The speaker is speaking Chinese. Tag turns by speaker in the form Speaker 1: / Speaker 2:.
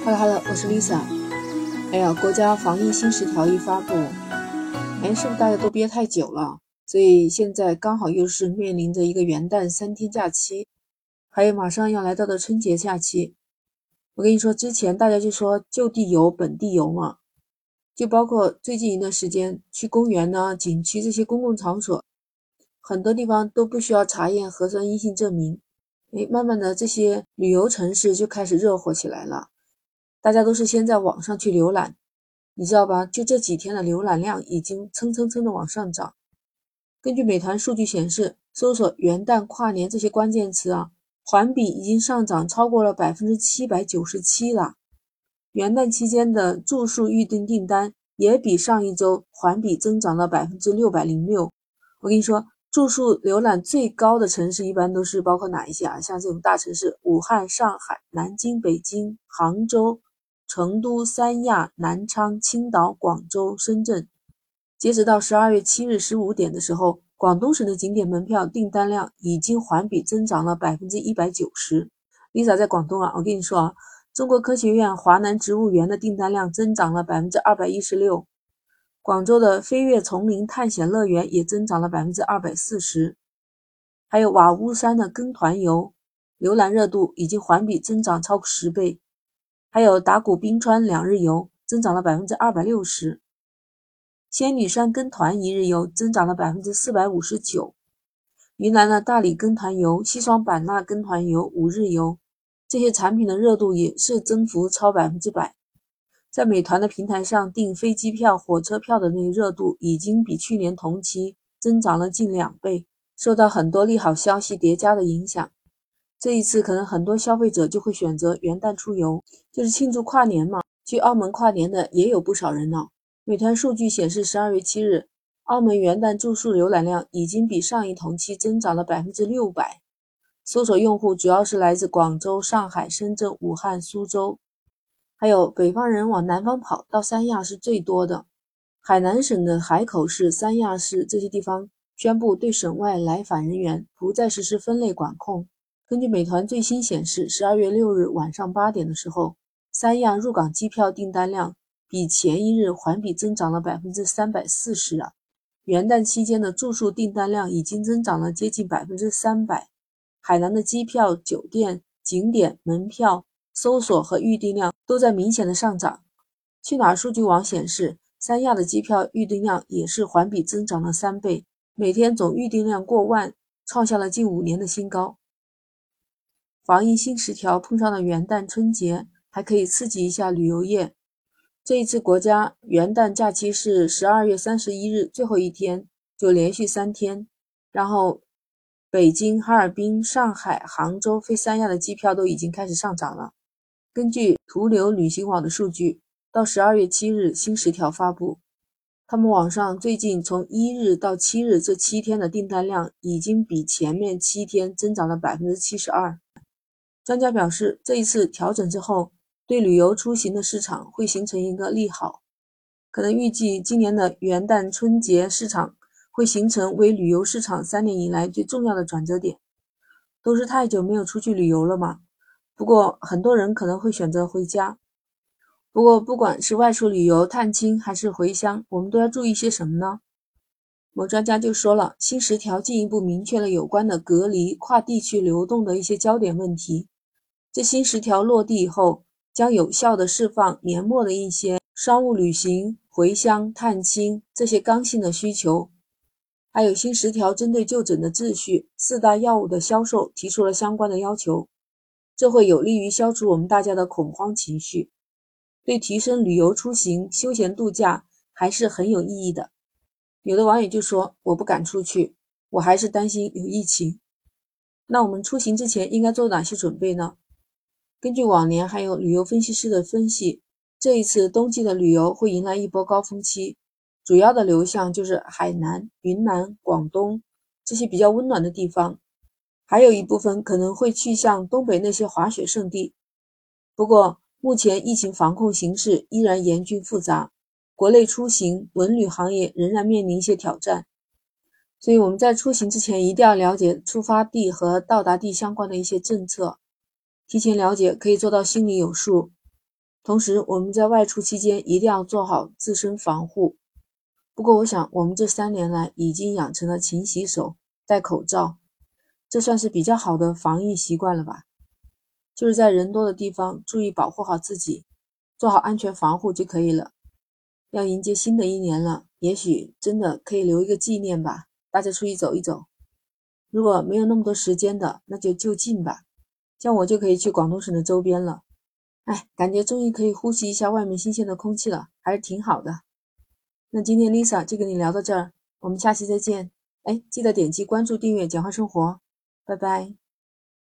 Speaker 1: Hello， 我是 Lisa。哎呀，国家防疫新10条一发布，是不是大家都憋太久了？所以现在刚好又是面临着一个元旦3天假期，还有马上要来到的春节假期。我跟你说，之前大家就说就地游、本地游嘛，就包括最近一段时间去公园呢、景区这些公共场所，很多地方都不需要查验核酸阴性证明。慢慢的这些旅游城市就开始热火起来了。大家都是先在网上去浏览，你知道吧？就这几天的浏览量已经蹭的往上涨。根据美团数据显示，搜索元旦、跨年这些关键词环比已经上涨超过了797%了。元旦期间的住宿预订订单也比上一周环比增长了606%。我跟你说，住宿浏览最高的城市一般都是包括哪一些像这种大城市，武汉、上海、南京、北京、杭州、成都、三亚、南昌、青岛、广州、深圳。截止到12月7日15点的时候，广东省的景点门票订单量已经环比增长了190%。Lisa 在广东我跟你说中国科学院华南植物园的订单量增长了216%，广州的飞跃丛林探险乐园也增长了240%，还有瓦屋山的跟团游浏览热度已经环比增长超过10倍。还有打鼓冰川2日游增长了260%，仙女山跟团1日游增长了459%，云南的大理跟团游、西双版纳跟团游5日游，这些产品的热度也是增幅超100%。在美团的平台上订飞机票、火车票的那个热度已经比去年同期增长了近2倍，受到很多利好消息叠加的影响。这一次可能很多消费者就会选择元旦出游，就是庆祝跨年嘛。去澳门跨年的也有不少人呢。美团数据显示12月7日，澳门元旦住宿浏览量已经比上一同期增长了600%。搜索用户主要是来自广州、上海、深圳、武汉、苏州，还有北方人往南方跑到三亚是最多的。海南省的海口市、三亚市这些地方宣布对省外来返人员不再实施分类管控。根据美团最新显示，12月6日晚上8点的时候，三亚入港机票订单量比前一日环比增长了340%。元旦期间的住宿订单量已经增长了接近300%。海南的机票、酒店、景点、门票、搜索和预订量都在明显的上涨。去哪儿数据网显示，三亚的机票预订量也是环比增长了3倍，每天总预订量过万，创下了近5年的新高。防疫新10条碰上了元旦春节，还可以刺激一下旅游业。这一次国家元旦假期是12月31日最后一天，就连续3天。然后北京、哈尔滨、上海、杭州飞三亚的机票都已经开始上涨了。根据途流旅行网的数据，到12月7日新10条发布，他们网上最近从1日到7日这7天的订单量已经比前面7天增长了72%。专家表示，这一次调整之后，对旅游出行的市场会形成一个利好，可能预计今年的元旦春节市场会形成为旅游市场3年以来最重要的转折点。都是太久没有出去旅游了嘛，不过很多人可能会选择回家。不过不管是外出旅游、探亲还是回乡，我们都要注意些什么呢？某专家就说了，新10条进一步明确了有关的隔离、跨地区流动的一些焦点问题。这新10条落地以后，将有效地释放年末的一些商务旅行、回乡、探亲这些刚性的需求。还有新10条针对就诊的秩序、4大药物的销售提出了相关的要求，这会有利于消除我们大家的恐慌情绪，对提升旅游出行、休闲度假还是很有意义的。有的网友就说，我不敢出去，我还是担心有疫情。那我们出行之前应该做哪些准备呢？根据往年还有旅游分析师的分析，这一次冬季的旅游会迎来一波高峰期，主要的流向就是海南、云南、广东这些比较温暖的地方，还有一部分可能会去向东北那些滑雪胜地。不过目前疫情防控形势依然严峻复杂，国内出行文旅行业仍然面临一些挑战，所以我们在出行之前一定要了解出发地和到达地相关的一些政策，提前了解可以做到心里有数。 同时我们在外出期间一定要做好自身防护。不过我想我们这3年来已经养成了勤洗手、戴口罩，这算是比较好的防疫习惯了吧。就是在人多的地方注意保护好自己，做好安全防护就可以了。要迎接新的一年了，也许真的可以留一个纪念吧，大家出去走一走。如果没有那么多时间的，那就就近吧，像我就可以去广东省的周边了。感觉终于可以呼吸一下外面新鲜的空气了，还是挺好的。那今天 Lisa 就跟你聊到这儿，我们下期再见。记得点击关注订阅简化生活，拜拜。